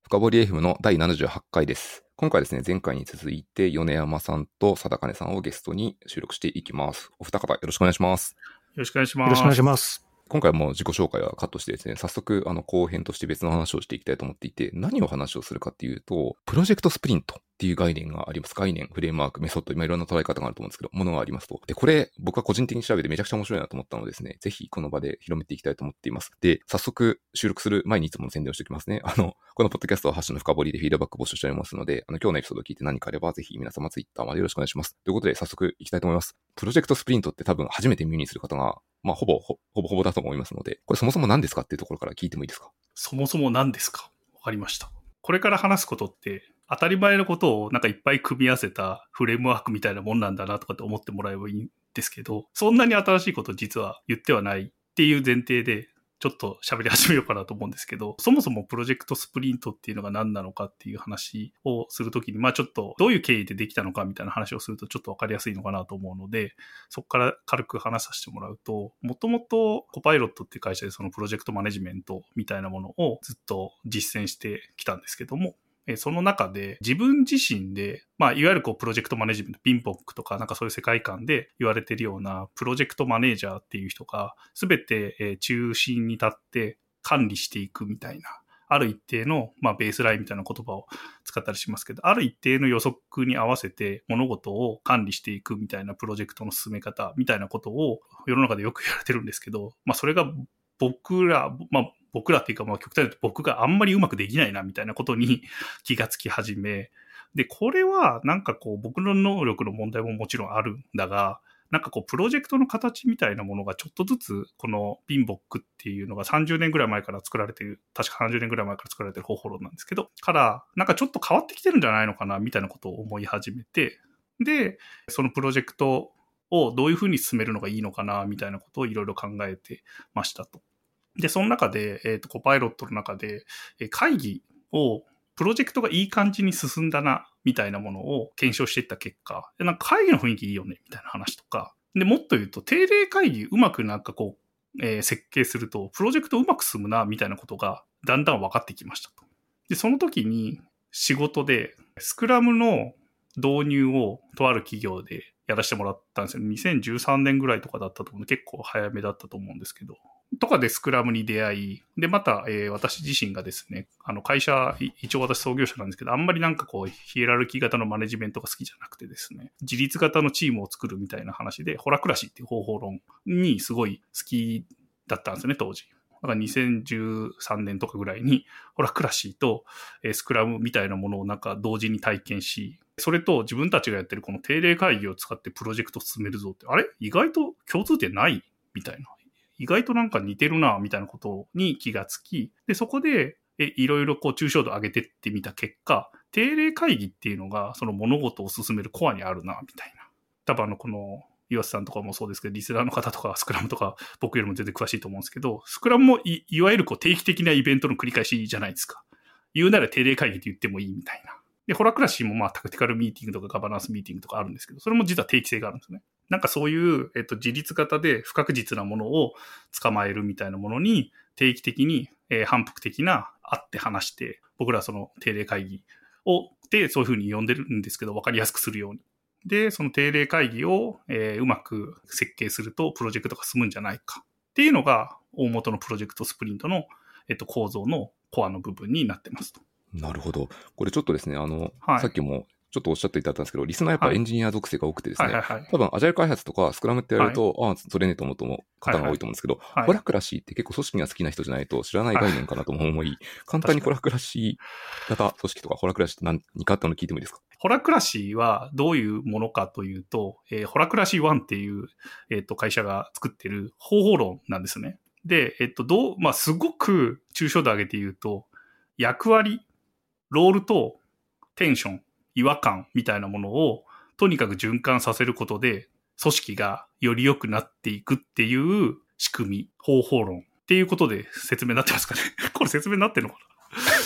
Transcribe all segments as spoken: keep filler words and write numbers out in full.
深掘り エフエム のだいななじゅうはちかいです。今回ですね、前回に続いて米山さんと貞金さんをゲストに収録していきます。お二方よろしくお願いします。 よろしくお願いします。 よろしくお願いします。 今回はもう自己紹介はカットしてですね、早速あの後編として別の話をしていきたいと思っていて、何を話をするかっていうと、プロジェクトスプリントっていう概念があります。概念、フレームワーク、メソッド、今いろんな捉え方があると思うんですけど、ものがありますと。で、これ僕は個人的に調べてめちゃくちゃ面白いなと思ったのでですね、ぜひこの場で広めていきたいと思っています。で、早速収録する前にいつもの宣伝をしておきますね。あの、このポッドキャストはハッシュの深掘りでフィードバック募集しておりますので、あの、今日のエピソードを聞いて何かあれば、ぜひ皆様ツイッターまでよろしくお願いします。ということで、早速いきたいと思います。プロジェクトスプリントって多分初めて耳にする方が、まあ、ほぼ、ほぼほぼだと思いますので、これそもそも何ですかっていうところから聞いてもいいですか？ そもそも何ですか？わかりました。これから話すことって、当たり前のことをなんかいっぱい組み合わせたフレームワークみたいなもんなんだなとかって思ってもらえばいいんですけど、そんなに新しいこと実は言ってはないっていう前提で、ちょっと喋り始めようかなと思うんですけど、そもそもプロジェクトスプリントっていうのが何なのかっていう話をするときに、まあちょっとどういう経緯でできたのかみたいな話をするとちょっとわかりやすいのかなと思うので、そこから軽く話させてもらうと、もともとコパイロットっていう会社でそのプロジェクトマネジメントみたいなものをずっと実践してきたんですけども、その中で自分自身で、まあ、いわゆるこうプロジェクトマネジメント、ピンポックとかなんかそういう世界観で言われているようなプロジェクトマネージャーっていう人が全て中心に立って管理していくみたいな、ある一定の、まあ、ベースラインみたいな言葉を使ったりしますけど、ある一定の予測に合わせて物事を管理していくみたいなプロジェクトの進め方みたいなことを世の中でよく言われてるんですけど、まあ、それが僕ら、まあ、僕らっていうか、まあ、極端に言うと僕があんまりうまくできないなみたいなことに気がつき始め、で、これはなんかこう僕の能力の問題ももちろんあるんだが、なんかこうプロジェクトの形みたいなものがちょっとずつこのピンボックっていうのがさんじゅうねんぐらい前から作られている、確かさんじゅうねんぐらい前から作られている方法論なんですけど、からなんかちょっと変わってきてるんじゃないのかなみたいなことを思い始めて、で、そのプロジェクトをどういうふうに進めるのがいいのかなみたいなことをいろいろ考えてましたと。で、その中で、えっと、コパイロットの中で、会議を、プロジェクトがいい感じに進んだな、みたいなものを検証していった結果、なんか会議の雰囲気いいよね、みたいな話とか、で、もっと言うと、定例会議うまくなんかこう、えー、設計すると、プロジェクトうまく進むな、みたいなことが、だんだん分かってきましたと。で、その時に、仕事で、スクラムの導入を、とある企業でやらせてもらったんですよ。にせんじゅうさんねんぐらいとかだったと思うので、結構早めだったと思うんですけど、とかでスクラムに出会い、で、また、えー、私自身がですね、あの、会社、一応私創業者なんですけど、あんまりなんかこう、ヒエラルキー型のマネジメントが好きじゃなくてですね、自立型のチームを作るみたいな話で、ホラクラシーっていう方法論にすごい好きだったんですよね、当時。だからにせんじゅうさんねんとかぐらいに、ホラクラシーと、えー、スクラムみたいなものをなんか同時に体験し、それと自分たちがやってるこの定例会議を使ってプロジェクトを進めるぞって、あれ意外と共通点ないみたいな。意外となんか似てるな、みたいなことに気がつき、で、そこで、え、いろいろこう抽象度上げてってみた結果、定例会議っていうのが、その物事を進めるコアにあるな、みたいな。多分あの、この、岩瀬さんとかもそうですけど、リスナーの方とかスクラムとか僕よりも全然詳しいと思うんですけど、スクラムも い, いわゆるこう定期的なイベントの繰り返しじゃないですか。言うなら定例会議って言ってもいいみたいな。で、ホラクラシーもまあタクティカルミーティングとかガバナンスミーティングとかあるんですけど、それも実は定期性があるんですね。なんかそういう、えっと、自立型で不確実なものを捕まえるみたいなものに定期的に、えー、反復的な会って話して、僕らはその定例会議をでそういうふうに呼んでるんですけど、分かりやすくするように。で、その定例会議を、えー、うまく設計するとプロジェクトが進むんじゃないかっていうのが大元のプロジェクトスプリントの、えっと、構造のコアの部分になってますと。 なるほど。これちょっとですね、あの、 はい、 さっきもちょっとおっしゃっていただいたんですけど、リスナーやっぱエンジニア属性が多くてですね、 はいはいはいはい、 多分アジャイル開発とかスクラムってやると、はい、ああ、それねと思うと思う方が多いと思うんですけど、はいはい、ホラクラシーって結構組織が好きな人じゃないと知らない概念かなとも思い、はい、簡単にホラクラシー型組織とかホラクラシーって何かっての聞いてもいいですか？ ホラクラシーはどういうものかというと、えー、ホラクラシーワンっていう、えー、と会社が作ってる方法論なんですね。で、えっと、どう、まあ、すごく抽象度上げて言うと、役割、ロールとテンション、違和感みたいなものをとにかく循環させることで組織がより良くなっていくっていう仕組み、方法論っていうことで説明になってますかね。これ説明になってるのかな。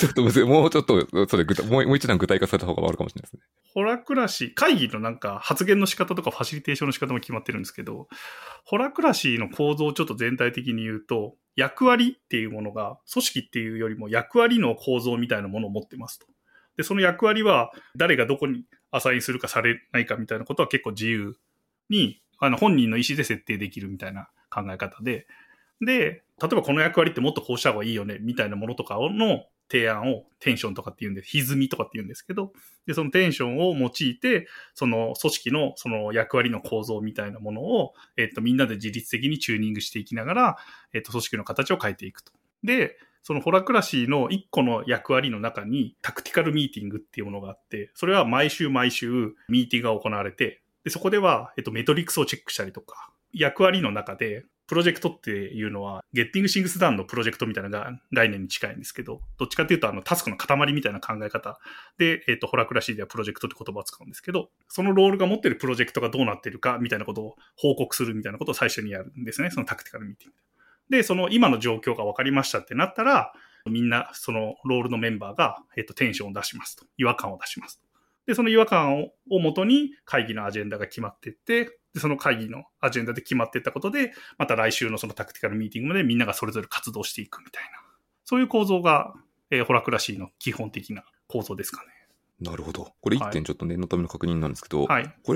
ちょっとむずい、もうちょっと、それ具体、もうもう一段具体化された方があるかもしれないですね。 ホラクラシー、会議のなんか発言の仕方とかファシリテーションの仕方も決まってるんですけど、ホラクラシーの構造をちょっと全体的に言うと、役割っていうものが、組織っていうよりも役割の構造みたいなものを持ってますと。で、その役割は誰がどこにアサインするかされないかみたいなことは結構自由に、あの本人の意思で設定できるみたいな考え方で、で、例えばこの役割ってもっとこうした方がいいよねみたいなものとかの提案をテンションとかって言うんで、歪みとかって言うんですけど、で、そのテンションを用いて、その組織のその役割の構造みたいなものを、えっと、みんなで自律的にチューニングしていきながら、えっと、組織の形を変えていくと。で、そのホラクラシーの一個の役割の中にタクティカルミーティングっていうものがあって、それは毎週毎週ミーティングが行われて、で、そこでは、えっと、メトリックスをチェックしたりとか、役割の中で、プロジェクトっていうのは、ゲッティングシングスダウンのプロジェクトみたいな概念に近いんですけど、どっちかというと、あの、タスクの塊みたいな考え方で、えっと、ホラクラシーではプロジェクトって言葉を使うんですけど、そのロールが持っているプロジェクトがどうなっているかみたいなことを報告するみたいなことを最初にやるんですね。そのタクティカルミーティングで。で、その今の状況が分かりましたってなったら、みんな、そのロールのメンバーが、えっと、テンションを出しますと。違和感を出しますと。で、その違和感を、をもとに会議のアジェンダが決まっていって、で、その会議のアジェンダで決まっていったことで、また来週のそのタクティカルミーティングでみんながそれぞれ活動していくみたいな。そういう構造が、えー、ホラクラシーの基本的な構造ですかね。 なるほど。これ一点ちょっと念のための確認なんですけど、 はい、 これって、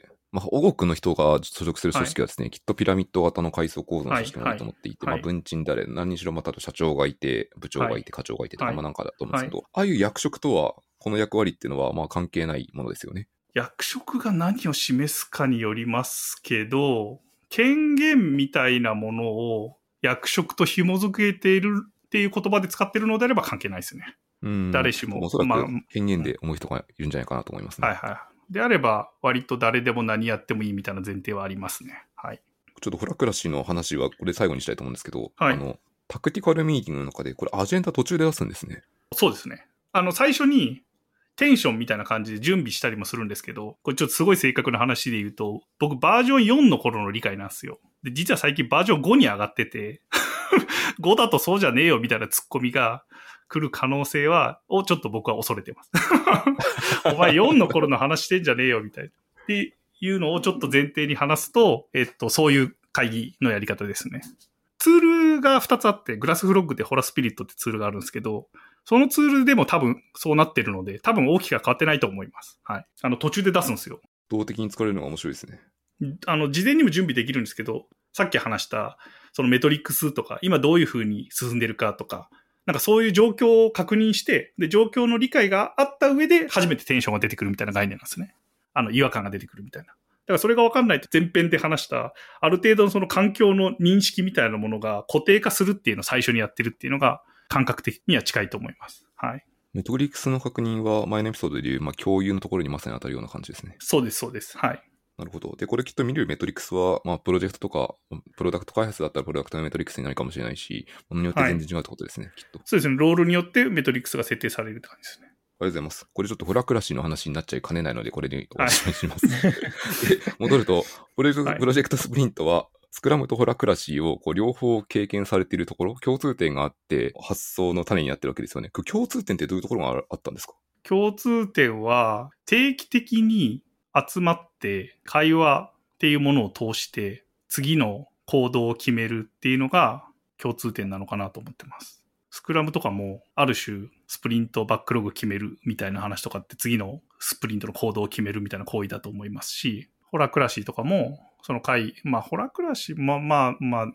まあ、多くの人が所属する組織はですね、はい、きっとピラミッド型の階層構造の組織もあると思っていて、はいはい、まあ、文鎮誰、何にしろまたと社長がいて、部長がいて、課長がいてとか、まあなんかだと思うんですけど、はい、ああいう役職とは、この役割っていうのはまあ関係ないものですよね。 役職が何を示すかによりますけど、権限みたいなものを役職と紐付けているっていう言葉で使っているのであれば関係ないですね。 うん、 誰しも。 おそらく権限で思う人がいるんじゃないかなと思いますね。 はいはい。であれば、割と誰でも何やってもいいみたいな前提はありますね。はい。 ちょっとホラクラシーの話はこれ最後にしたいと思うんですけど、 はい、 あの、タクティカルミーティングの中で、これアジェンダ途中で出すんですね。 そうですね。あの、最初に、テンションみたいな感じで準備したりもするんですけど、これちょっとすごい正確な話で言うと、僕バージョンよんの頃の理解なんですよ。で、実は最近バージョンごに上がってて、ごだとそうじゃねえよみたいなツッコミが来る可能性は、をちょっと僕は恐れてます。お前よんの頃の話してんじゃねえよみたいな。っていうのをちょっと前提に話すと、えっと、そういう会議のやり方ですね。ツールがふたつあって、グラスフロッグでホラスピリットってツールがあるんですけど、そのツールでも多分そうなってるので、多分大きくは変わってないと思います。はい。あの、途中で出すんですよ。 動的に使われるのが面白いですね。 あの、事前にも準備できるんですけど、さっき話した、そのメトリックスとか、今どういう風に進んでるかとか、なんかそういう状況を確認して、で、状況の理解があった上で初めてテンションが出てくるみたいな概念なんですね。あの、違和感が出てくるみたいな。だからそれが分かんないと前編で話した、ある程度のその環境の認識みたいなものが固定化するっていうのを最初にやってるっていうのが、感覚的には近いと思います。はい。 メトリックスの確認は前のエピソードでいう、まあ、共有のところにまさに当たるような感じですね。 そうです、そうです。はい。 なるほど。で、これきっと見れるメトリックスは、まあ、プロジェクトとか、プロダクト開発だったらプロダクトのメトリックスになるかもしれないし、ものによって全然違うってことですね、はい、きっと。 そうですね。ロールによってメトリックスが設定されるって感じですね。 ありがとうございます。これちょっとホラクラシーの話になっちゃいかねないので、これでお願いします。はい、で戻ると、プロジェクトスプリントは、スクラムとホラクラシーをこう両方経験されているところ、共通点があって、発想の種になってるわけですよね。共通点ってどういうところがあったんですか？ 共通点は、定期的に集まって会話っていうものを通して、次の行動を決めるっていうのが共通点なのかなと思ってます。スクラムとかも、ある種、スプリントバックログ決めるみたいな話とかって、次のスプリントの行動を決めるみたいな行為だと思いますし、ホラクラシーとかも、その会、まあ、ホラクラシー、まあまあ、まあ、うん。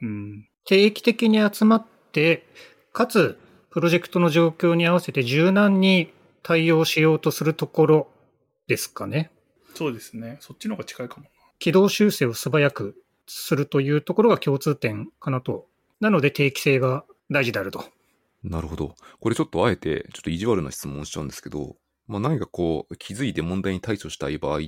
定期的に集まって、かつ、プロジェクトの状況に合わせて柔軟に対応しようとするところですかね。 そうですね。そっちの方が近いかも。 軌道修正を素早くするというところが共通点かなと。なので定期性が大事であると。 なるほど。これちょっとあえて、ちょっと意地悪な質問をしちゃうんですけど、まあ、何かこう、気づいて問題に対処したい場合って、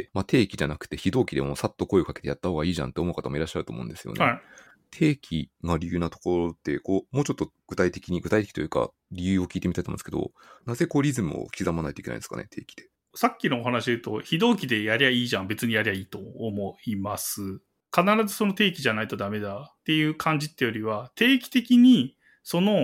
まあ、定期じゃなくて非同期でもさっと声をかけてやった方がいいじゃんって思う方もいらっしゃると思うんですよね。 はい。 定期が理由なところって、こう、もうちょっと具体的に、具体的というか、理由を聞いてみたいと思うんですけど、なぜこうリズムを刻まないといけないんですかね、定期で。 さっきのお話で言うと、非同期でやりゃいいじゃん、別にやりゃいいと思います。必ずその定期じゃないとダメだっていう感じってよりは、定期的にその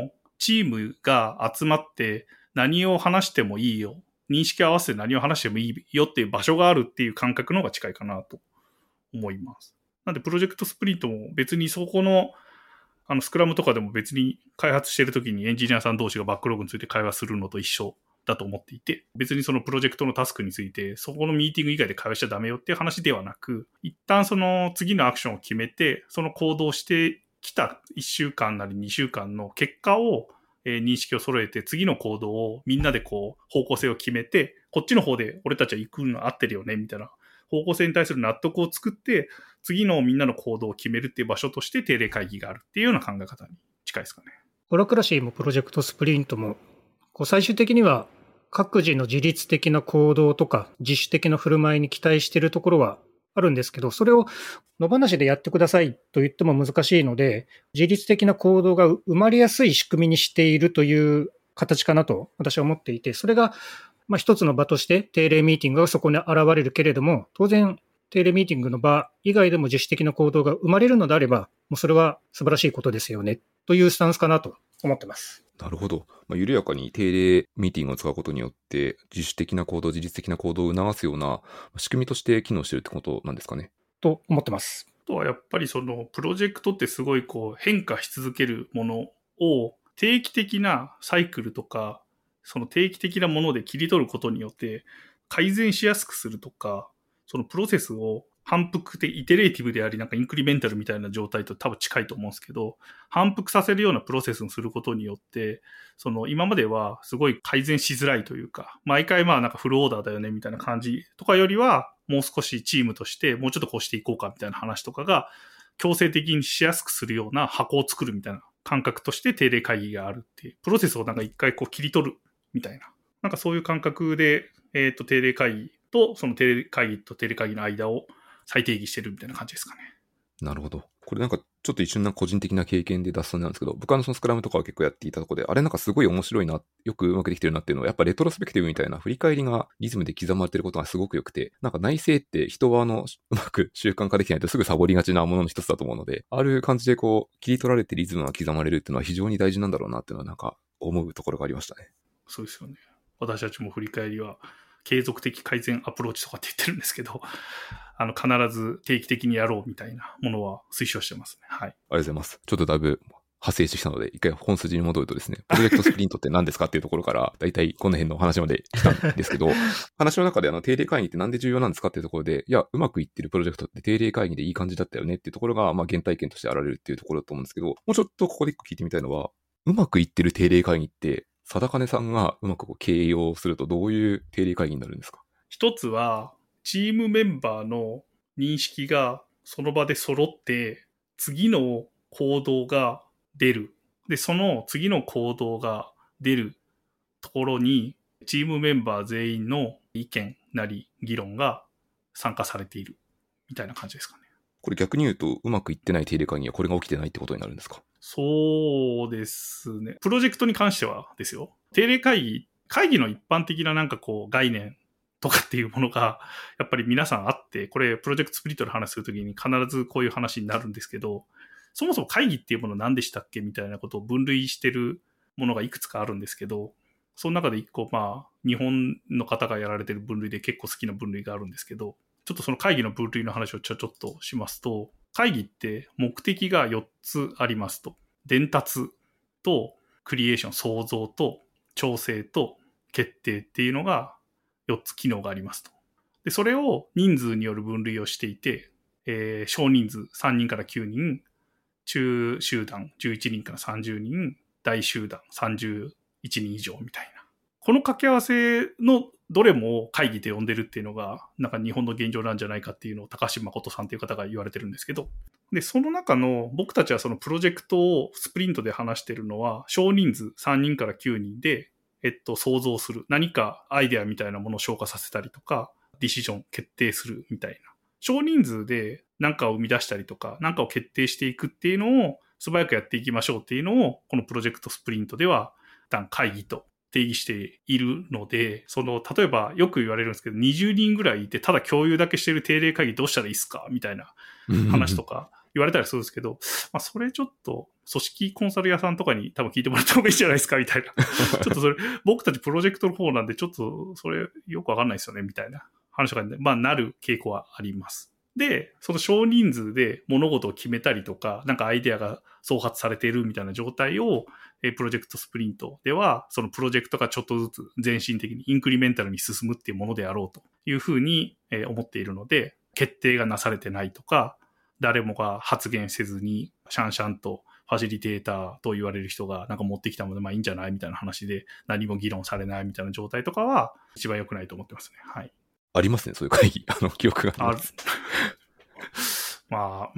チームが集まって何を話してもいいよ。認識を合わせて何を話してもいいよっていう場所があるっていう感覚の方が近いかなと思います。なんでプロジェクトスプリントも別にそこのあのスクラムとかでも別に開発してるときにエンジニアさん同士がバックログについて会話するのと一緒だと思っていて、別にそのプロジェクトのタスクについてそこのミーティング以外で会話しちゃダメよっていう話ではなく、一旦その次のアクションを決めてその行動してきたいっしゅうかんなりにしゅうかんの結果をえー、認識を揃えて次の行動をみんなでこう方向性を決めて、こっちの方で俺たちは行くの合ってるよねみたいな方向性に対する納得を作って次のみんなの行動を決めるっていう場所として定例会議があるっていうような考え方に近いですかね。 ホラクラシーもプロジェクトスプリントもこう最終的には各自の自律的な行動とか自主的な振る舞いに期待しているところはあるんですけど、それを野放しでやってくださいと言っても難しいので、自律的な行動が生まれやすい仕組みにしているという形かなと私は思っていて、それがまあ一つの場として定例ミーティングがそこに現れるけれども、当然定例ミーティングの場以外でも自主的な行動が生まれるのであれば、もうそれは素晴らしいことですよねというスタンスかなと思ってます。 なるほど。まあ、緩やかに定例ミーティングを使うことによって自主的な行動、自律的な行動を促すような仕組みとして機能しているってことなんですかね。 と思ってます。 あとはやっぱりそのプロジェクトってすごいこう変化し続けるものを定期的なサイクルとかその定期的なもので切り取ることによって改善しやすくするとか、そのプロセスを反復でイテレーティブでありなんかインクリメンタルみたいな状態と多分近いと思うんですけど、反復させるようなプロセスにすることによってその今まではすごい改善しづらいというか、毎回まあなんかフルオーダーだよねみたいな感じとかよりはもう少しチームとしてもうちょっとこうしていこうかみたいな話とかが強制的にしやすくするような箱を作るみたいな感覚として定例会議があるっていう、プロセスをなんか一回こう切り取るみたいな、なんかそういう感覚で、えっと定例会議とその定例会議と定例会議の間を再定義してるみたいな感じですかね。 なるほど。これなんかちょっと一瞬な個人的な経験で脱線なんですけど、僕はそのスクラムとかは結構やっていたところで、あれなんかすごい面白いな、よくうまくできてるなっていうのは、やっぱレトロスペクティブみたいな振り返りがリズムで刻まれてることがすごく良くて、なんか内政って人はあの、うまく習慣化できないとすぐサボりがちなものの一つだと思うので、ある感じでこう、切り取られてリズムが刻まれるっていうのは非常に大事なんだろうなっていうのはなんか思うところがありましたね。 そうですよね。私たちも振り返りは継続的改善アプローチとかって言ってるんですけど、あの必ず定期的にやろうみたいなものは推奨してますね。はい。ありがとうございます。ちょっとだいぶ派生してきたので、一回本筋に戻るとですね、プロジェクトスプリントって何ですかっていうところから、だいたいこの辺の話まで来たんですけど、話の中であの定例会議ってなんで重要なんですかっていうところで、いや、うまくいってるプロジェクトって定例会議でいい感じだったよねっていうところが、まあ原体験としてあられるっていうところだと思うんですけど、もうちょっとここで一個聞いてみたいのは、うまくいってる定例会議って、貞金さんがうまくこう形容するとどういう定例会議になるんですか？ 一つは、チームメンバーの認識がその場で揃って、次の行動が出る。で、その次の行動が出るところに、チームメンバー全員の意見なり議論が参加されているみたいな感じですかね。 これ逆に言うと、うまくいってない定例会議はこれが起きてないってことになるんですか？ そうですね。プロジェクトに関してはですよ。定例会議、会議の一般的ななんかこう概念とかっていうものがやっぱり皆さんあって、これプロジェクトスプリットの話するときに必ずこういう話になるんですけど、そもそも会議っていうもの何でしたっけみたいなことを分類してるものがいくつかあるんですけど、その中で一個まあ日本の方がやられてる分類で結構好きな分類があるんですけど、ちょっとその会議の分類の話をちょちょっとしますと、会議って目的がよっつありますと。伝達とクリエーション、創造と調整と決定っていうのがよっつ機能がありますと。で、それを人数による分類をしていて、えー、少人数さんにんからきゅうにん、中集団じゅういちにんからさんじゅうにん、大集団さんじゅういちにん以上みたいな。この掛け合わせのどれも会議で呼んでるっていうのが、なんか日本の現状なんじゃないかっていうのを高橋誠さんという方が言われてるんですけど、で、その中の僕たちはそのプロジェクトをスプリントで話してるのは、少人数さんにんからきゅうにんで、えっと、想像する。何かアイデアみたいなものを消化させたりとか、ディシジョン決定するみたいな。少人数で何かを生み出したりとか、何かを決定していくっていうのを素早くやっていきましょうっていうのを、このプロジェクトスプリントでは、一旦会議と定義しているので、その、例えばよく言われるんですけど、にじゅうにんぐらいいて、ただ共有だけしてる定例会議どうしたらいいですかみたいな話とか、 言われたりするんですけど、まあそれちょっと組織コンサル屋さんとかに多分聞いてもらった方がいいんじゃないですかみたいな。ちょっとそれ、僕たちプロジェクトの方なんでちょっとそれよくわかんないですよねみたいな話とかに、まあなる傾向はあります。で、その少人数で物事を決めたりとか、なんかアイデアが創発されているみたいな状態を、えプロジェクトスプリントでは、そのプロジェクトがちょっとずつ前進的にインクリメンタルに進むっていうものであろうというふうに思っているので、決定がなされてないとか、誰もが発言せずに、シャンシャンとファシリテーターと言われる人がなんか持ってきたもので、まあいいんじゃないみたいな話で何も議論されないみたいな状態とかは一番良くないと思ってますね。はい。 ありますね、そういう会議。あの、記憶があります。 まあ、うん、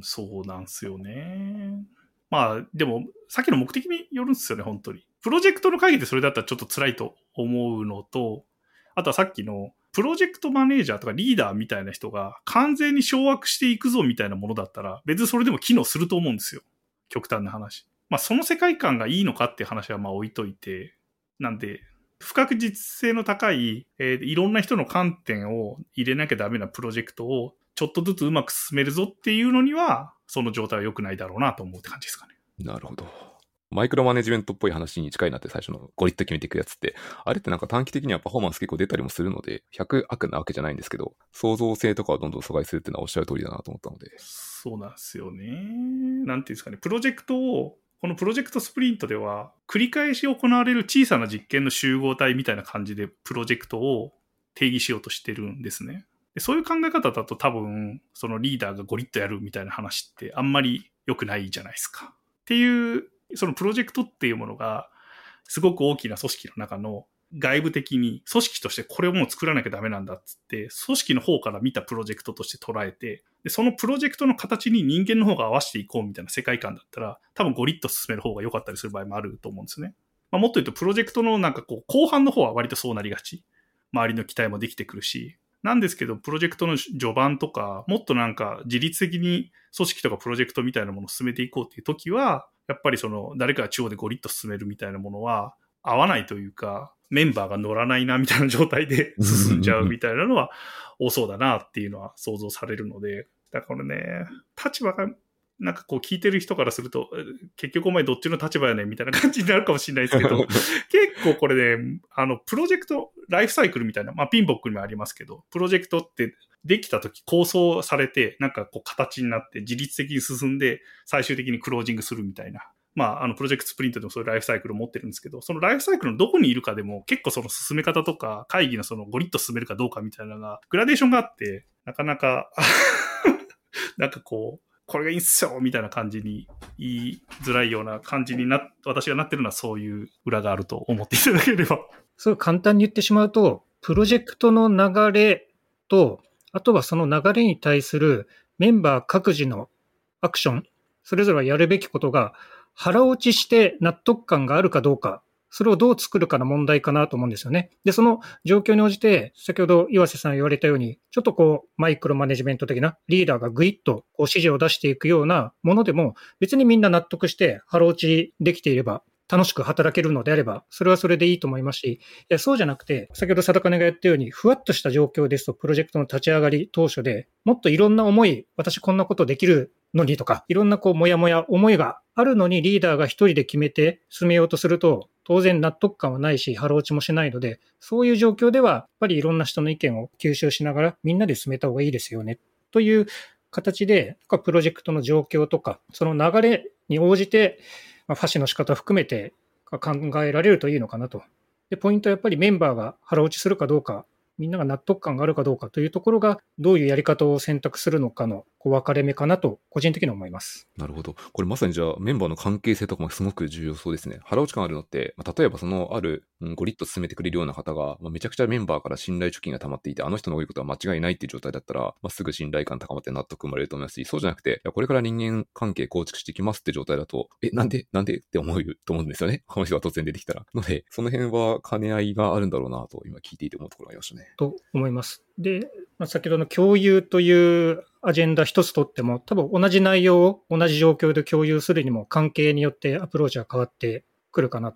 そうなんですよね。まあ、でも、さっきの目的によるんですよね、本当に。プロジェクトの会議でそれだったらちょっと辛いと思うのと、あとはさっきの、プロジェクトマネージャーとかリーダーみたいな人が完全に掌握していくぞみたいなものだったら、別にそれでも機能すると思うんですよ。極端な話。まあ、その世界観がいいのかっていう話はまあ置いといて、なんで、不確実性の高い、えー、いろんな人の観点を入れなきゃダメなプロジェクトをちょっとずつうまく進めるぞっていうのには、その状態は良くないだろうなと思うって感じですかね。 なるほど。マイクロマネジメントっぽい話に近いなって最初のゴリッと決めていくやつって、あれってなんか短期的にはパフォーマンス結構出たりもするので、ひゃく悪なわけじゃないんですけど、創造性とかはどんどん阻害するっていうのはおっしゃる通りだなと思ったので。 そうなんですよね。なんていうんですかね、プロジェクトを、このプロジェクトスプリントでは、繰り返し行われる小さな実験の集合体みたいな感じでプロジェクトを定義しようとしてるんですね。でそういう考え方だと多分、そのリーダーがゴリッとやるみたいな話ってあんまり良くないじゃないですか。っていう、そのプロジェクトっていうものが、すごく大きな組織の中の外部的に組織としてこれをもう作らなきゃダメなんだっつって、組織の方から見たプロジェクトとして捉えて、でそのプロジェクトの形に人間の方が合わせていこうみたいな世界観だったら、多分ゴリッと進める方が良かったりする場合もあると思うんですね。まあ、もっと言うとプロジェクトのなんかこう後半の方は割とそうなりがち。周りの期待もできてくるし。なんですけど、プロジェクトの序盤とか、もっとなんか自律的に組織とかプロジェクトみたいなものを進めていこうっていう時は、やっぱりその誰かが中央でゴリッと進めるみたいなものは合わないというか、メンバーが乗らないなみたいな状態で進んじゃうみたいなのは多そうだなっていうのは想像されるので、だからね、立場がなんかこう聞いてる人からすると、結局お前どっちの立場やねんみたいな感じになるかもしれないですけど、結構これね、あの、プロジェクト、ライフサイクルみたいな、まあピンボックにもありますけど、プロジェクトってできた時構想されて、なんかこう形になって自律的に進んで、最終的にクロージングするみたいな。まあ、あの、プロジェクトスプリントでもそういうライフサイクルを持ってるんですけど、そのライフサイクルのどこにいるかでも、結構その進め方とか、会議のそのゴリッと進めるかどうかみたいなのが、グラデーションがあって、なかなか、なんかこう、これがいいんすよみたいな感じに言いづらいような感じにな、私がなってるのはそういう裏があると思っていただければ。 そう簡単に言ってしまうと、プロジェクトの流れと、あとはその流れに対するメンバー各自のアクション、それぞれやるべきことが腹落ちして納得感があるかどうか、それをどう作るかの問題かなと思うんですよね。で、その状況に応じて、先ほど岩瀬さん言われたように、ちょっとこう、マイクロマネジメント的なリーダーがグイッとこう指示を出していくようなものでも、別にみんな納得して腹落ちできていれば、楽しく働けるのであれば、それはそれでいいと思いますし、いやそうじゃなくて、先ほど貞金が言ったように、ふわっとした状況ですと、プロジェクトの立ち上がり当初でもっといろんな思い、私こんなことできるのにとか、いろんなこう、もやもや思いがあるのにリーダーが一人で決めて進めようとすると、当然納得感はないし、腹落ちもしないので、そういう状況では、やっぱりいろんな人の意見を吸収しながら、みんなで進めた方がいいですよね、という形で、プロジェクトの状況とか、その流れに応じて、ファシの仕方を含めて考えられるといいのかなと。で、ポイントはやっぱりメンバーが腹落ちするかどうか、みんなが納得感があるかどうかというところが、どういうやり方を選択するのかのこう分かれ目かなと、個人的に思います。 なるほど。これまさにじゃあメンバーの関係性とかもすごく重要そうですね。腹落ち感あるのって、まあ、例えばそのある、うん、ゴリッと進めてくれるような方が、まあ、めちゃくちゃメンバーから信頼貯金が溜まっていて、あの人の言うことは間違いないっていう状態だったら、まあ、すぐ信頼感高まって納得生まれると思いますし、そうじゃなくて、いやこれから人間関係構築していきますって状態だと、え、なんでなんでって思うと思うんですよね。この人が突然出てきたら。ので、その辺は兼ね合いがあるんだろうなと、今聞いていて思うところがありましたね。 と思います。で、まあ、先ほどの共有というアジェンダ一つとっても、多分同じ内容を同じ状況で共有するにも関係によってアプローチが変わってくるかなと。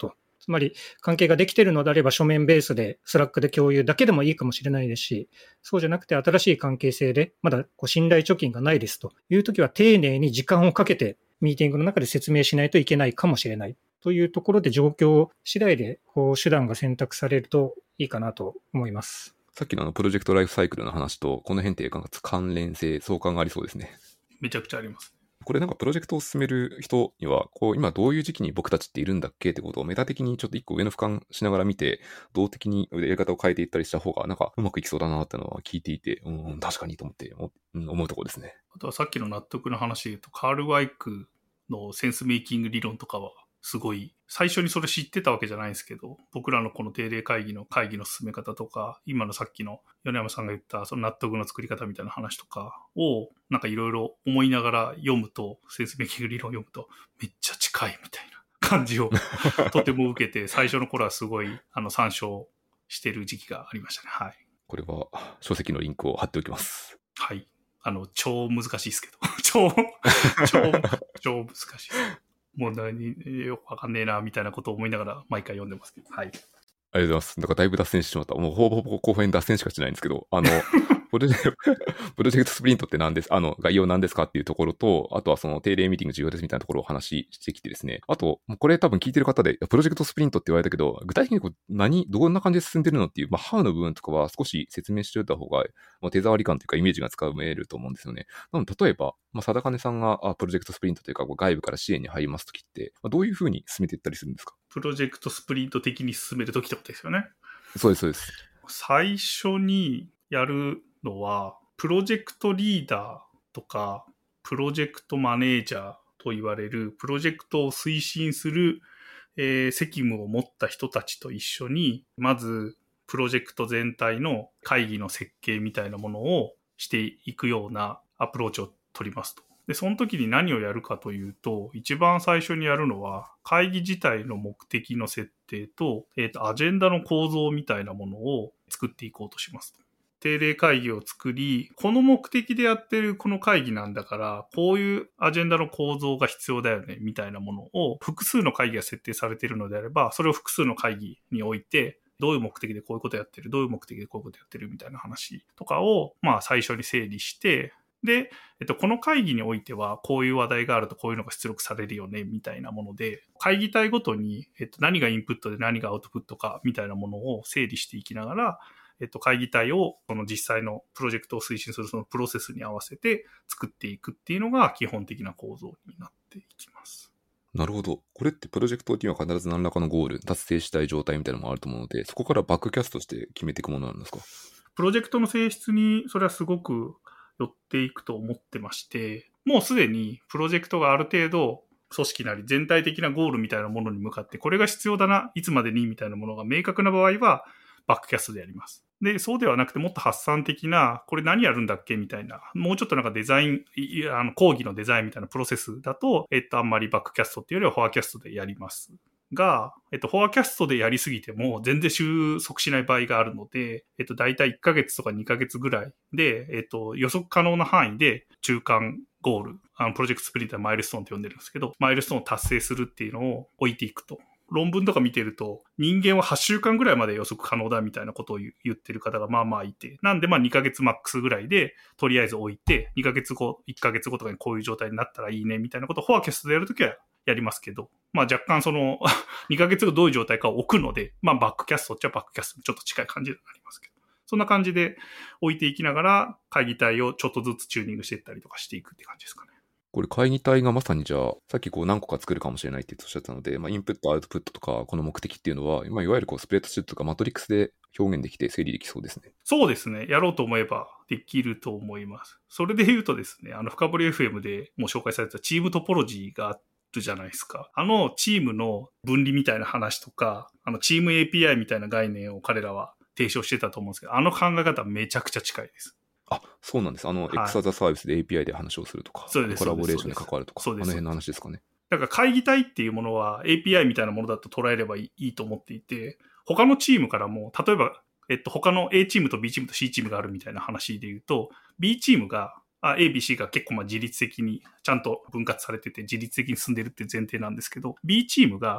つまり関係ができているのであれば書面ベースでスラックで共有だけでもいいかもしれないですし、そうじゃなくて新しい関係性でまだこう信頼貯金がないですというときは丁寧に時間をかけてミーティングの中で説明しないといけないかもしれないというところで状況次第でこう手段が選択されるといいかなと思います。 さっきのあのプロジェクトライフサイクルの話とこの辺って関連性、相関がありそうですね。 めちゃくちゃあります。 これなんかプロジェクトを進める人には、こう今どういう時期に僕たちっているんだっけってことをメタ的にちょっと一個上の俯瞰しながら見て、動的にやり方を変えていったりした方がなんかうまくいきそうだなってのは聞いていて、うん、確かにと思って思うところですね。 あとはさっきの納得の話で言うと、カール・ワイクのセンスメイキング理論とかはすごい、最初にそれ知ってたわけじゃないんですけど、僕らのこの定例会議の会議の進め方とか、今のさっきの米山さんが言ったその納得の作り方みたいな話とかをなんかいろいろ思いながら読むと、センスメイキング理論を読むとめっちゃ近いみたいな感じをとても受けて、最初の頃はすごいあの参照してる時期がありましたね。はい。これは書籍のリンクを貼っておきます。 はい。あの、超難しいですけど。超、超、超難しい。もう何、よくわかんねえな、みたいなことを思いながら毎回読んでますけど。はい。ありがとうございます。なんかだいぶ脱線してしまった。もうほぼほぼ後編脱線しかしないんですけど、あの、プロジェクトスプリントって何です、あの、概要何ですかっていうところと、あとはその定例ミーティング重要ですみたいなところをお話ししてきてですね。あと、これ多分聞いてる方で、プロジェクトスプリントって言われたけど、具体的にこう何、どんな感じで進んでるのっていう、まあ、ハウの部分とかは少し説明しておいた方が、まあ、手触り感というかイメージがつかめると思うんですよね。なので、例えば、まあ、貞金さんがあプロジェクトスプリントというか、外部から支援に入りますときって、まあ、どういうふうに進めていったりするんですか？ プロジェクトスプリント的に進めるときってことですよね。 そうです、そうです。 最初にやるのは、プロジェクトリーダーとか、プロジェクトマネージャーと言われる、プロジェクトを推進する、えー、責務を持った人たちと一緒に、まず、プロジェクト全体の会議の設計みたいなものをしていくようなアプローチを取りますと。で、その時に何をやるかというと、一番最初にやるのは、会議自体の目的の設定と、えっと、アジェンダの構造みたいなものを作っていこうとしますと。定例会議を作り、この目的でやってるこの会議なんだから、こういうアジェンダの構造が必要だよね、みたいなものを、複数の会議が設定されているのであれば、それを複数の会議において、どういう目的でこういうことやってる、どういう目的でこういうことやってるみたいな話とかを、まあ最初に整理して、で、えっと、この会議においては、こういう話題があるとこういうのが出力されるよね、みたいなもので、会議体ごとに、えっと、何がインプットで何がアウトプットか、みたいなものを整理していきながら、えっと、会議体を、その実際のプロジェクトを推進するそのプロセスに合わせて作っていくっていうのが基本的な構造になっていきます。 なるほど。これってプロジェクトには必ず何らかのゴール、達成したい状態みたいなのもあると思うので、そこからバックキャストして決めていくものなんですか？ プロジェクトの性質にそれはすごく寄っていくと思ってまして、もうすでにプロジェクトがある程度組織なり全体的なゴールみたいなものに向かって、これが必要だな、いつまでにみたいなものが明確な場合はバックキャストでやります。で、そうではなくてもっと発散的な、これ何やるんだっけみたいな、もうちょっとなんかデザイン、あの講義のデザインみたいなプロセスだと、えっと、あんまりバックキャストっていうよりはフォアキャストでやります。が、えっと、フォアキャストでやりすぎても全然収束しない場合があるので、えっと、だいたいいっかげつとかにかげつぐらいで、えっと、予測可能な範囲で中間ゴール、あの、プロジェクトスプリントはマイルストーンって呼んでるんですけど、マイルストーンを達成するっていうのを置いていくと。論文とか見てると、人間ははっしゅうかんぐらいまで予測可能だみたいなことを言ってる方がまあまあいて、なんでまあにかげつマックスぐらいで、とりあえず置いて、にかげつご、いっかげつごとかにこういう状態になったらいいねみたいなことをフォアキャストでやるときはやりますけど、まあ若干そのにかげつごどういう状態かを置くので、まあバックキャストっちゃバックキャストにちょっと近い感じになりますけど、そんな感じで置いていきながら会議体をちょっとずつチューニングしていったりとかしていくって感じですかね。 これ会議体がまさにじゃあ、さっきこう何個か作るかもしれないっておっしゃったので、まあ、インプット、アウトプットとか、この目的っていうのは、まあ、いわゆるこうスプレッドシートとかマトリックスで表現できて整理できそうですね。 そうですね。やろうと思えばできると思います。それで言うとですね、あの、深掘り エフエム でもう紹介されたチームトポロジーがあるじゃないですか。あのチームの分離みたいな話とか、あのチーム エーピーアイ みたいな概念を彼らは提唱してたと思うんですけど、あの考え方めちゃくちゃ近いです。 あ、そうなんです。あの、 はい、 X as a Service で エーピーアイ で話をするとか、コラボレーションで関わるとか、あの辺の話ですかね。 だから会議体っていうものは エーピーアイ みたいなものだと捉えればいいと思っていて、他のチームからも、例えば、えっと、他の A チームと B チームと C チームがあるみたいな話で言うと、B チームが、A、B、C が結構まあ自律的にちゃんと分割されてて自律的に進んでるっていう前提なんですけど、B チームが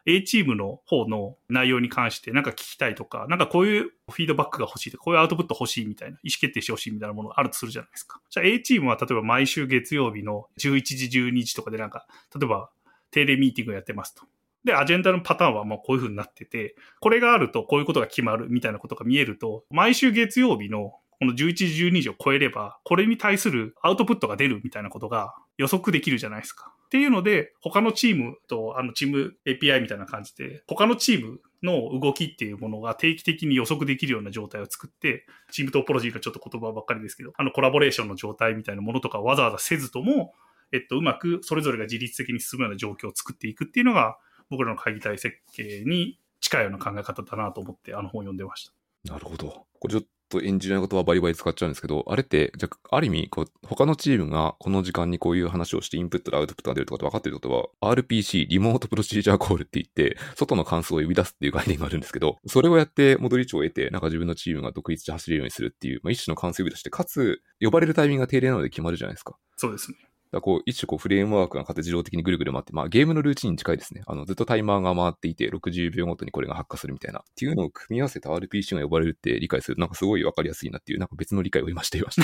A チームの方の内容に関してなんか聞きたいとか、なんかこういうフィードバックが欲しいとか、こういうアウトプット欲しいみたいな、意思決定して欲しいみたいなものがあるとするじゃないですか。じゃあ A チームは例えば毎週月曜日のじゅういちじ、じゅうにじとかでなんか、例えば定例ミーティングやってますと。で、アジェンダのパターンはもうこういう風になってて、これがあるとこういうことが決まるみたいなことが見えると、毎週月曜日のこのじゅういちじ、じゅうにじを超えれば、これに対するアウトプットが出るみたいなことが予測できるじゃないですか。っていうので、他のチームとあのチーム エーピーアイ みたいな感じで、他のチームの動きっていうものが定期的に予測できるような状態を作って、チームトーポロジーのちょっと言葉ばっかりですけど、あのコラボレーションの状態みたいなものとかわざわざせずとも、えっと、うまくそれぞれが自律的に進むような状況を作っていくっていうのが、僕らの会議体設計に近いような考え方だなと思ってあの本を読んでました。 なるほど。これちょっとエンジニアの言葉バリバリ使っちゃうんですけど、あれって、じゃあ、ある意味こう、他のチームがこの時間にこういう話をしてインプットとアウトプットが出るとかって分かってることは、アールピーシー、リモートプロシージャーコールって言って、外の関数を呼び出すっていう概念があるんですけど、それをやって戻り値を得て、なんか自分のチームが独立して走れるようにするっていう、まあ、一種の関数を呼び出して、かつ、呼ばれるタイミングが定例なので決まるじゃないですか。 そうですね。 だこう一種こうフレームワークが勝手自動的にぐるぐる回って、まあゲームのルーチンに近いですね。あのずっとタイマーが回っていて、ろくじゅうびょうごとにこれが発火するみたいな。っていうのを組み合わせた アールピーシー が呼ばれるって理解すると、なんかすごいわかりやすいなっていう、なんか別の理解を今していました。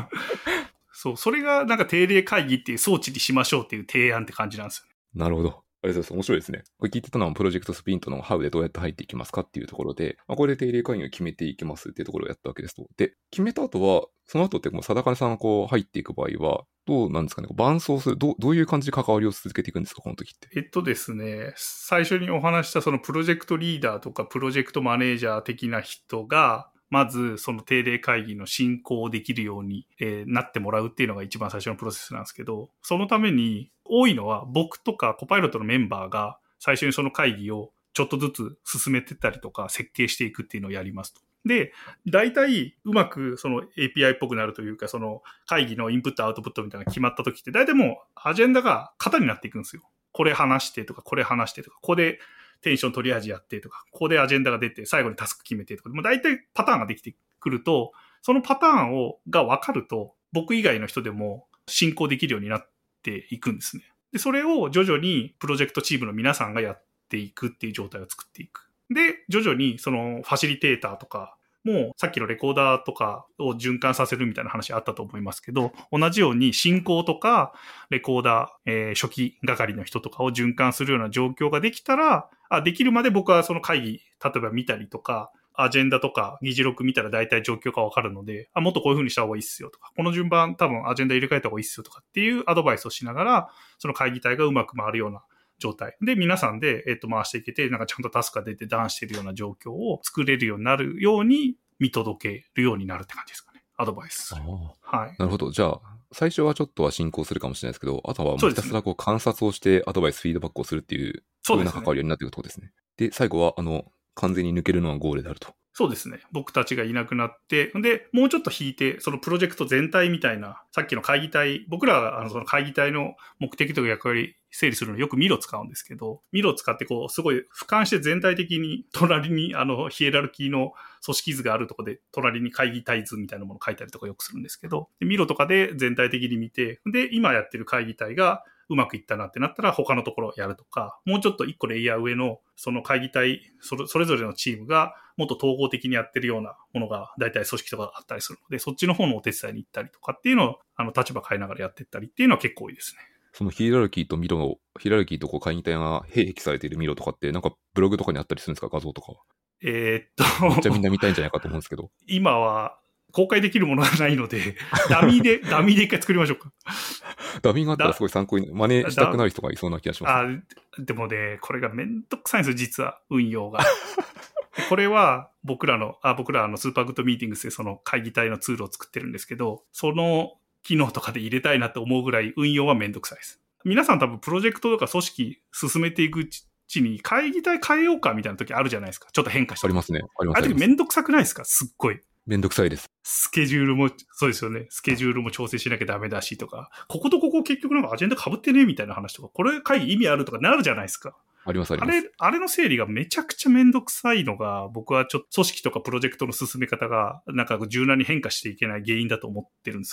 そう、それがなんか定例会議っていう装置にしましょうっていう提案って感じなんですよね。 なるほど。ありがとうございます。面白いですね。これ聞いてたのはプロジェクトスプリントの How でどうやって入っていきますかっていうところで、まあ、これで定例会議を決めていきますっていうところをやったわけですと。で、決めた後は、その後ってもう貞金さんがこう入っていく場合は、どうなんですかね、伴走する、どう、どういう感じで関わりを続けていくんですか、この時って。 えっとですね、最初にお話したそのプロジェクトリーダーとかプロジェクトマネージャー的な人が、まずその定例会議の進行できるように、えー、なってもらうっていうのが一番最初のプロセスなんですけど、そのために多いのは僕とかコパイロットのメンバーが最初にその会議をちょっとずつ進めてったりとか設計していくっていうのをやりますと。で、大体うまくその エーピーアイ っぽくなるというか、その会議のインプットアウトプットみたいなのが決まった時って大体もうアジェンダが型になっていくんですよ。これ話してとか、これ話してとか、ここでテンション取り味やってとか、ここでアジェンダが出て、最後にタスク決めてとか、もう大体パターンができてくると、そのパターンをが分かると、僕以外の人でも進行できるようになっていくんですね。で、それを徐々にプロジェクトチームの皆さんがやっていくっていう状態を作っていく。で、徐々にそのファシリテーターとか、もうさっきのレコーダーとかを循環させるみたいな話あったと思いますけど、同じように進行とかレコーダー、えー、初期係の人とかを循環するような状況ができたら、あ、できるまで僕はその会議、例えば見たりとか、アジェンダとか議事録見たら大体状況がわかるので、あ、もっとこういう風にした方がいいっすよとか、この順番多分アジェンダ入れ替えた方がいいっすよとかっていうアドバイスをしながら、その会議体がうまく回るような状態で皆さんで、えっと、回していけて、なんかちゃんとタスクが出てダウンしているような状況を作れるようになるように見届けるようになるって感じですかね。アドバイス。はい。 なるほど。じゃあ、最初はちょっとは進行するかもしれないですけど、あとはもうひたすらこう観察をしてアドバイス、フィードバックをするっていう、そういうような関わりになっていくところですね。で、最後は、あの、完全に抜けるのがゴールであると。 そうですね。僕たちがいなくなって、で、もうちょっと引いて、そのプロジェクト全体みたいな、さっきの会議体、僕らはあのその会議体の目的とか役割整理するのよくミロ使うんですけど、ミロ使ってこう、すごい俯瞰して全体的に隣にあのヒエラルキーの組織図があるところで、隣に会議体図みたいなものを書いたりとかよくするんですけど、ミロとかで全体的に見て、で、今やってる会議体が、うまくいったなってなったら他のところをやるとか、もうちょっと一個レイヤー上のその会議体、それ、それぞれのチームがもっと統合的にやってるようなものが大体組織とかあったりするので、そっちの方のお手伝いに行ったりとかっていうのをあの立場変えながらやっていったりっていうのは結構多いですね。 そのヒエラルキーとミロの、ヒエラルキーとこう会議体が併記されているミロとかってなんかブログとかにあったりするんですか、画像とかは。 えー、っと。 めっちゃみんな見たいんじゃないかと思うんですけど。 今は、公開できるものがないので、ダミーで、ダミーで一回作りましょうか。 ダミーがあったらすごい参考に、真似したくなる人がいそうな気がします、 ね。あ、でもね、これがめんどくさいんですよ、実は、運用が。これは、僕らの、あ、僕らのスーパーグッドミーティングスでその会議体のツールを作ってるんですけど、その機能とかで入れたいなって思うぐらい運用はめんどくさいです。皆さん多分プロジェクトとか組織進めていくうちに会議体変えようかみたいな時あるじゃないですか。ちょっと変化して。 ありますね。あります。 あれ時めんどくさくないですか、すっごい。 めんどくさいです。 スケジュールも、そうですよね。スケジュールも調整しなきゃダメだしとか、こことここ結局なんかアジェンダ被ってねみたいな話とか、これ会議意味あるとかなるじゃないですか。 ありますあります。 あれ、あれの整理がめちゃくちゃめんどくさいのが、僕はちょっと組織とかプロジェクトの進め方が、なんか柔軟に変化していけない原因だと思ってるんですね。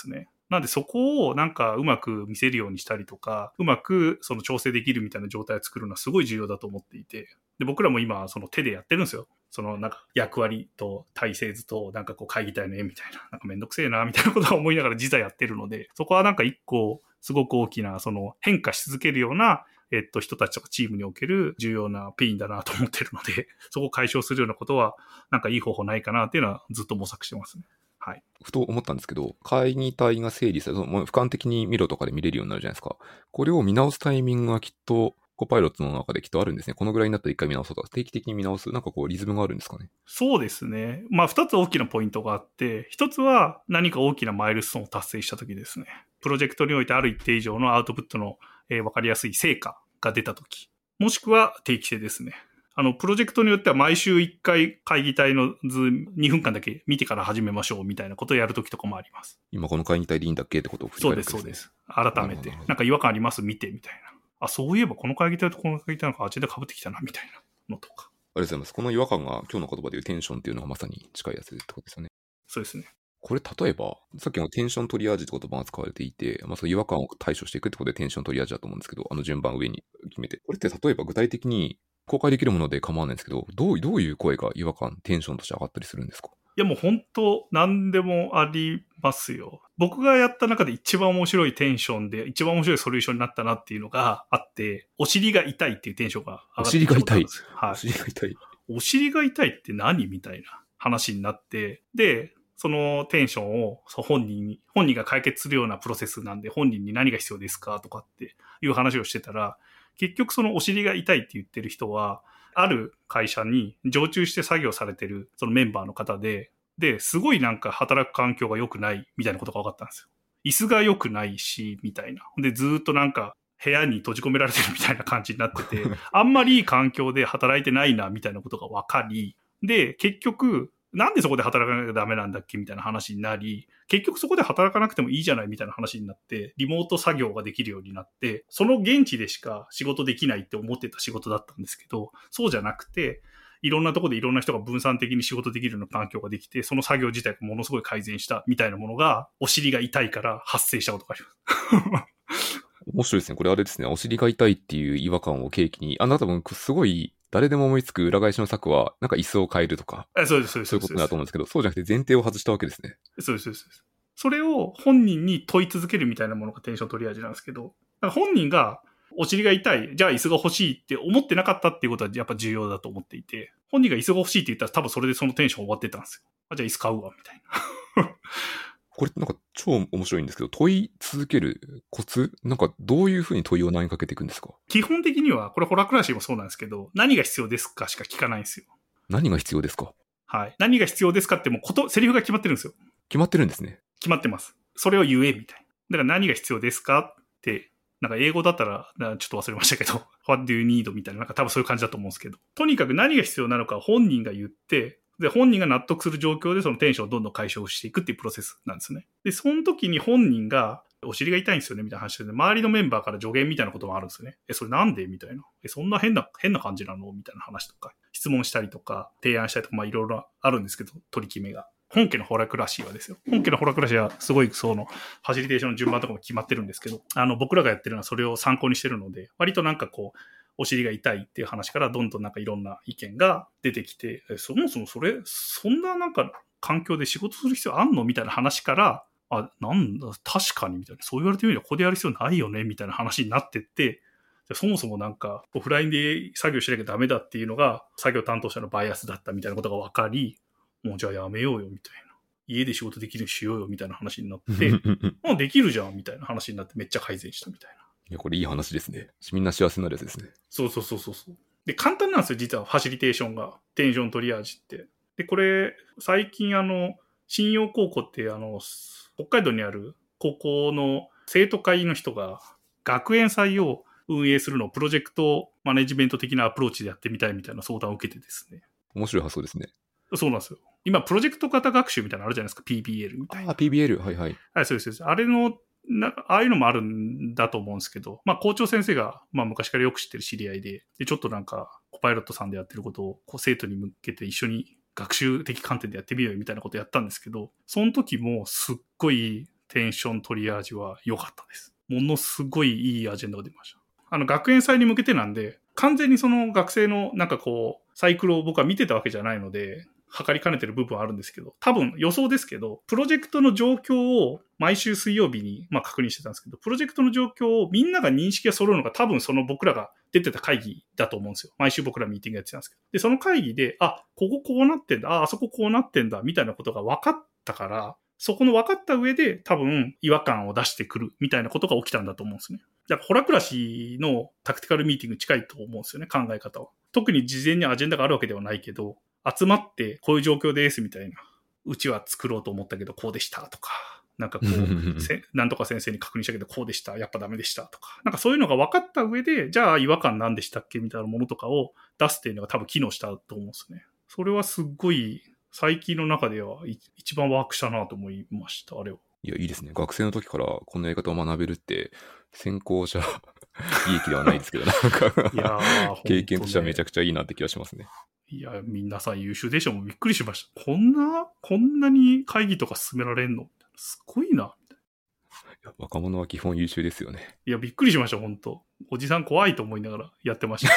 なんでそこをなんかうまく見せるようにしたりとか、うまくその調整できるみたいな状態を作るのはすごい重要だと思っていて、で、僕らも今その手でやってるんですよ。そのなんか役割と体制図となんかこう会議体の絵みたいな、なんかめんどくせえなみたいなことは思いながら実はやってるので、そこはなんか一個すごく大きなその変化し続けるようなえっと人たちとかチームにおける重要なペインだなと思ってるので、そこを解消するようなことはなんかいい方法ないかなっていうのはずっと模索してますね。はい。 ふと思ったんですけど、会議体が整理され、その俯瞰的にミロとかで見れるようになるじゃないですか。これを見直すタイミングがきっと、コパイロットの中できっとあるんですね。このぐらいになったら一回見直そうとか、定期的に見直す、なんかこうリズムがあるんですかね。 そうですね。まあ二つ大きなポイントがあって、一つは何か大きなマイルストーンを達成したときですね。プロジェクトにおいてある一定以上のアウトプットの、えー、分かりやすい成果が出たとき。もしくは定期性ですね。あの、プロジェクトによっては毎週いっかい会議体の図にふんかんだけ見てから始めましょうみたいなことをやるときとかもあります。 今この会議体でいいんだっけってことを振り返るわけですね。 そうです、そうです。改めて。なんか違和感あります見てみたいな。あ、そういえばこの会議体とこの会議体の形で被ってきたなみたいなのとか。 ありがとうございます。この違和感が今日の言葉でいうテンションっていうのがまさに近いやつってことですよね。 そうですね。 これ例えば、さっきのテンショントリアージって言葉が使われていて、まあ、その違和感を対処していくってことでテンショントリアージだと思うんですけど、あの順番上に決めて。これって例えば具体的に公開できるもので構わないんですけど、どう、どういう声が違和感、テンションとして上がったりするんですか？ いやもう本当何でもありますよ。僕がやった中で一番面白いテンションで、一番面白いソリューションになったなっていうのがあって、お尻が痛いっていうテンションが上がってきたことなんですよ。 お尻が痛い。 はい。お尻が痛い。お尻が痛いって何みたいな話になって、で、そのテンションを本人に、本人が解決するようなプロセスなんで、本人に何が必要ですかとかっていう話をしてたら、結局そのお尻が痛いって言ってる人は、ある会社に常駐して作業されてるそのメンバーの方で、で、すごいなんか働く環境が良くないみたいなことが分かったんですよ。椅子が良くないし、みたいな。で、ずーっとなんか部屋に閉じ込められてるみたいな感じになってて、あんまりいい環境で働いてないな、みたいなことが分かり、で、結局、なんでそこで働かなきゃダメなんだっけみたいな話になり、結局そこで働かなくてもいいじゃないみたいな話になって、リモート作業ができるようになって、その現地でしか仕事できないって思ってた仕事だったんですけど、そうじゃなくて、いろんなところでいろんな人が分散的に仕事できるような環境ができて、その作業自体がものすごい改善したみたいなものが、お尻が痛いから発生したことがあります。 面白いですね。これあれですね。お尻が痛いっていう違和感を契機に、あなたもすごい、誰でも思いつく裏返しの策は、なんか椅子を変えるとか。 そうです、そうです。 そういうことだと思うんですけど、そうじゃなくて前提を外したわけですね。 そうです、そうです。それを本人に問い続けるみたいなものがテンショントリアージなんですけど、本人がお尻が痛い、じゃあ椅子が欲しいって思ってなかったっていうことはやっぱ重要だと思っていて、本人が椅子が欲しいって言ったら多分それでそのテンション終わってたんですよ。あ、じゃあ椅子買うわ、みたいな。 これなんか超面白いんですけど、問い続けるコツなんかどういうふうに問いを投げかけていくんですか？ 基本的には、これホラクラシーもそうなんですけど、何が必要ですかしか聞かないんですよ。 何が必要ですか？ はい。何が必要ですかってもうこと、セリフが決まってるんですよ。 決まってるんですね。 決まってます。それを言え、みたいな。だから何が必要ですかって、なんか英語だったら、ちょっと忘れましたけど、What do you need? みたいな、なんか多分そういう感じだと思うんですけど、とにかく何が必要なのか本人が言って、で、本人が納得する状況でそのテンションをどんどん解消していくっていうプロセスなんですね。で、その時に本人が、お尻が痛いんですよねみたいな話で、周りのメンバーから助言みたいなこともあるんですよね。え、それなんでみたいな。え、そんな変な、変な感じなのみたいな話とか、質問したりとか、提案したりとか、まあいろいろあるんですけど、取り決めが。本家のホラクラシーはですよ。本家のホラクラシーはすごいそのファシリテーションの順番とかも決まってるんですけど、あの僕らがやってるのはそれを参考にしてるので、割となんかこう、お尻が痛いっていう話からどんどんなんかいろんな意見が出てきて、そもそもそれ、そんななんか環境で仕事する必要あんのみたいな話から、あ、なんだ、確かにみたいな、そう言われてみればここでやる必要ないよねみたいな話になってって、そもそもなんかオフラインで作業しなきゃダメだっていうのが作業担当者のバイアスだったみたいなことが分かり、もうじゃあやめようよみたいな。家で仕事できるようにしようよみたいな話になって、もうできるじゃんみたいな話になってめっちゃ改善したみたいな。 いや、これいい話ですね。みんな幸せになるやつですね。 そうそうそうそうそう。で、簡単なんですよ、実はファシリテーションが。テンショントリアージって。で、これ、最近あの、信用高校ってあの、北海道にある高校の生徒会の人が学園祭を運営するのをプロジェクトマネジメント的なアプローチでやってみたいみたいな相談を受けてですね。 面白い発想ですね。 そうなんですよ。今、プロジェクト型学習みたいなのあるじゃないですか、ピービーエル みたいな。 ああ、ピービーエル、はいはい。 はい、そうです。あれの、なああいうのもあるんだと思うんですけど、まあ、校長先生が、まあ、昔からよく知ってる知り合いで、で、ちょっとなんか、コパイロットさんでやってることを、こう生徒に向けて一緒に学習的観点でやってみようよみたいなことやったんですけど、その時もすっごいテンショントリアージは良かったです。ものすごいいいアジェンダが出ました。あの、学園祭に向けてなんで、完全にその学生のなんかこう、サイクルを僕は見てたわけじゃないので、測りかねてる部分はあるんですけど、多分予想ですけど、プロジェクトの状況を毎週水曜日にまあ確認してたんですけど、プロジェクトの状況をみんなが認識が揃うのが多分その僕らが出てた会議だと思うんですよ。毎週僕らミーティングやってたんですけど。で、その会議で、あ、こここうなってんだ、あ、あそここうなってんだ、みたいなことが分かったから、そこの分かった上で多分違和感を出してくるみたいなことが起きたんだと思うんですね。だからホラクラシのタクティカルミーティング近いと思うんですよね、考え方は。特に事前にアジェンダがあるわけではないけど、集まってこういう状況ですみたいな。うちは作ろうと思ったけどこうでしたとか、なんかこう、せなんとか先生に確認したけどこうでした、やっぱダメでしたとか、なんかそういうのが分かった上で、じゃあ違和感なんでしたっけみたいなものとかを出すっていうのが多分機能したと思うんですね。それはすっごい最近の中では一番ワークしたなと思いました、あれは。 いや、いいですね。学生の時からこのやり方を学べるって、先行者利益ではないですけど、なんかいや経験としてはめちゃくちゃいいなって気がしますね。 いや、皆さん優秀でしょ。もうびっくりしました。こんな、こんなに会議とか進められんのすごいな。 いや、若者は基本優秀ですよね。 いや、びっくりしました、本当。おじさん怖いと思いながらやってました。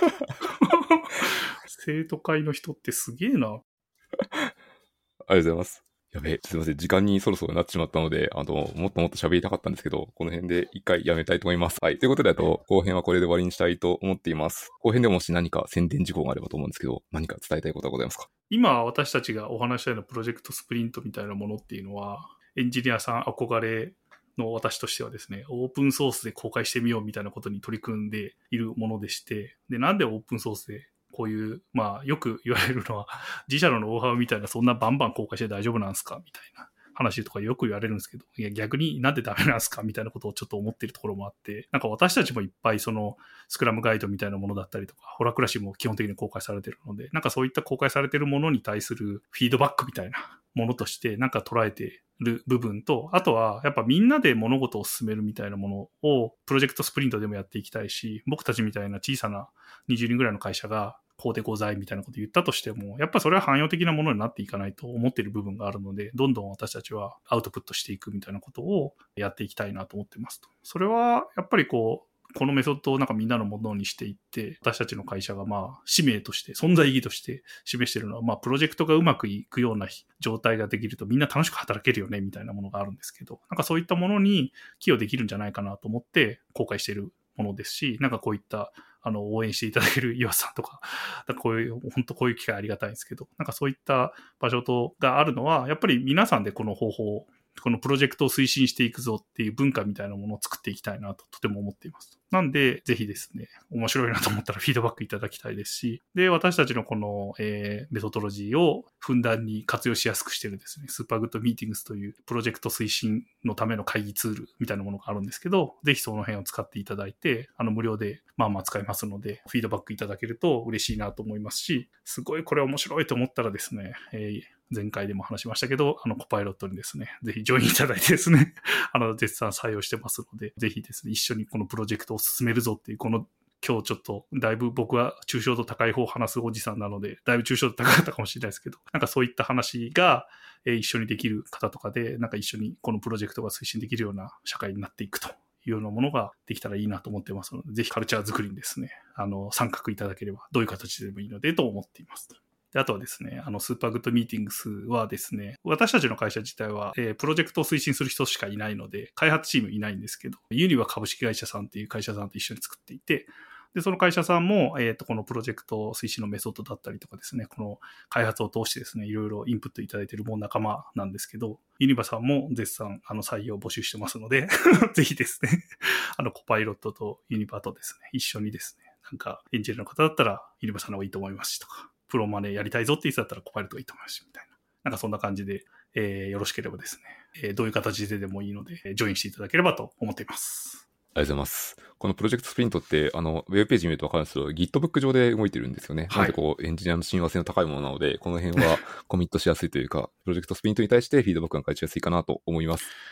生徒会の人ってすげえな。 ありがとうございます。やべえ、すいません。時間にそろそろなってしまったので、あの、もっともっと喋りたかったんですけど、この辺で一回やめたいと思います。はい。ということで、あと、後編はこれで終わりにしたいと思っています。後編でもし何か宣伝事項があればと思うんですけど、何か伝えたいことはございますか？ 今、私たちがお話したようなプロジェクトスプリントみたいなものっていうのは、エンジニアさん憧れの私としてはですね、オープンソースで公開してみようみたいなことに取り組んでいるものでして、で、なんでオープンソースでこういう、まあ、よく言われるのは、自社のノウハウみたいな、そんなバンバン公開して大丈夫なんすかみたいな話とかよく言われるんですけど、いや、逆になんでダメなんすかみたいなことをちょっと思っているところもあって、なんか私たちもいっぱいその、スクラムガイドみたいなものだったりとか、ホラクラシも基本的に公開されているので、なんかそういった公開されているものに対するフィードバックみたいなものとして、なんか捉えてる部分と、あとはやっぱみんなで物事を進めるみたいなものをプロジェクトスプリントでもやっていきたいし、僕たちみたいな小さなにじゅうにんぐらいの会社がこうでございみたいなこと言ったとしても、やっぱそれは汎用的なものになっていかないと思っている部分があるので、どんどん私たちはアウトプットしていくみたいなことをやっていきたいなと思ってますと。それはやっぱりこう、このメソッドをなんかみんなのものにしていって、私たちの会社がまあ使命として、存在意義として示しているのは、まあプロジェクトがうまくいくような状態ができるとみんな楽しく働けるよねみたいなものがあるんですけど、なんかそういったものに寄与できるんじゃないかなと思って公開しているものですし、なんかこういったあの応援していただける岩さんとか、なんかこういう本当こういう機会ありがたいんですけど、なんかそういった場所とがあるのはやっぱり皆さんでこの方法、このプロジェクトを推進していくぞっていう文化みたいなものを作っていきたいなととても思っています。なんでぜひですね、面白いなと思ったらフィードバックいただきたいですし、で私たちのこの、えー、メソドロジーをふんだんに活用しやすくしているですね、スーパーグッドミーティングスというプロジェクト推進のための会議ツールみたいなものがあるんですけど、ぜひその辺を使っていただいて、あの無料でまあまあ使えますので、フィードバックいただけると嬉しいなと思いますし、すごいこれ面白いと思ったらですね、えー前回でも話しましたけど、あのコパイロットにですね、ぜひジョインいただいてですね、あの絶賛採用してますので、ぜひですね、一緒にこのプロジェクトを進めるぞっていう、この今日ちょっとだいぶ僕は抽象度高い方を話すおじさんなので、だいぶ抽象度高かったかもしれないですけど、なんかそういった話が、えー、一緒にできる方とかで、なんか一緒にこのプロジェクトが推進できるような社会になっていくというようなものができたらいいなと思ってますので、ぜひカルチャー作りにですね、あの参画いただければどういう形でもいいのでと思っています。であとはですね、あのスーパーグッドミーティングスはですね、私たちの会社自体は、えー、プロジェクトを推進する人しかいないので、開発チームいないんですけど、ユニバ株式会社さんっていう会社さんと一緒に作っていて、でその会社さんも、えーと、このプロジェクト推進のメソッドだったりとかですね、この開発を通してですね、いろいろインプットいただいているもう仲間なんですけど、ユニバさんも絶賛あの採用を募集してますので、ぜひですね、あのコパイロットとユニバとですね、一緒にですね、なんかエンジニアの方だったらユニバさんの方がいいと思いますしとか、プロマネやりたいぞって言ってたったらコパイロットがいいと思いますし、みたいな。なんかそんな感じで、えー、よろしければですね、えー、どういう形ででもいいので、ジョインしていただければと思っています。 ありがとうございます。このプロジェクトスプリントって、あの、ウェブページ見ると分かるんですけど、GitBook 上で動いてるんですよね。はい、なので、こう、エンジニアの親和性の高いものなので、この辺はコミットしやすいというか、プロジェクトスプリントに対してフィードバックが返しやすいかなと思います。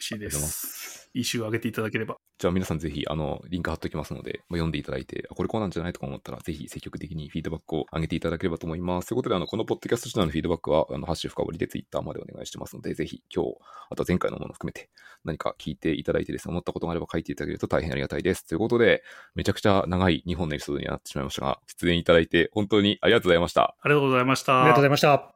嬉しいでありがとうございますす。いい週を上げていただければ。 じゃあ皆さんぜひ、あの、リンク貼っておきますので、まあ、読んでいただいて、あこれこうなんじゃないとか思ったら、ぜひ積極的にフィードバックを上げていただければと思います。ということで、あの、このポッドキャストチャンネルのフィードバックは、あの、ハッシュ深掘りでツイッターまでお願いしてますので、ぜひ今日、あとは前回のものを含めて、何か聞いていただいてですね、思ったことがあれば書いていただけると大変ありがたいです。ということで、めちゃくちゃ長いにほんのエピソードになってしまいましたが、出演いただいて本当にありがとうございました。 ありがとうございました。 ありがとうございました。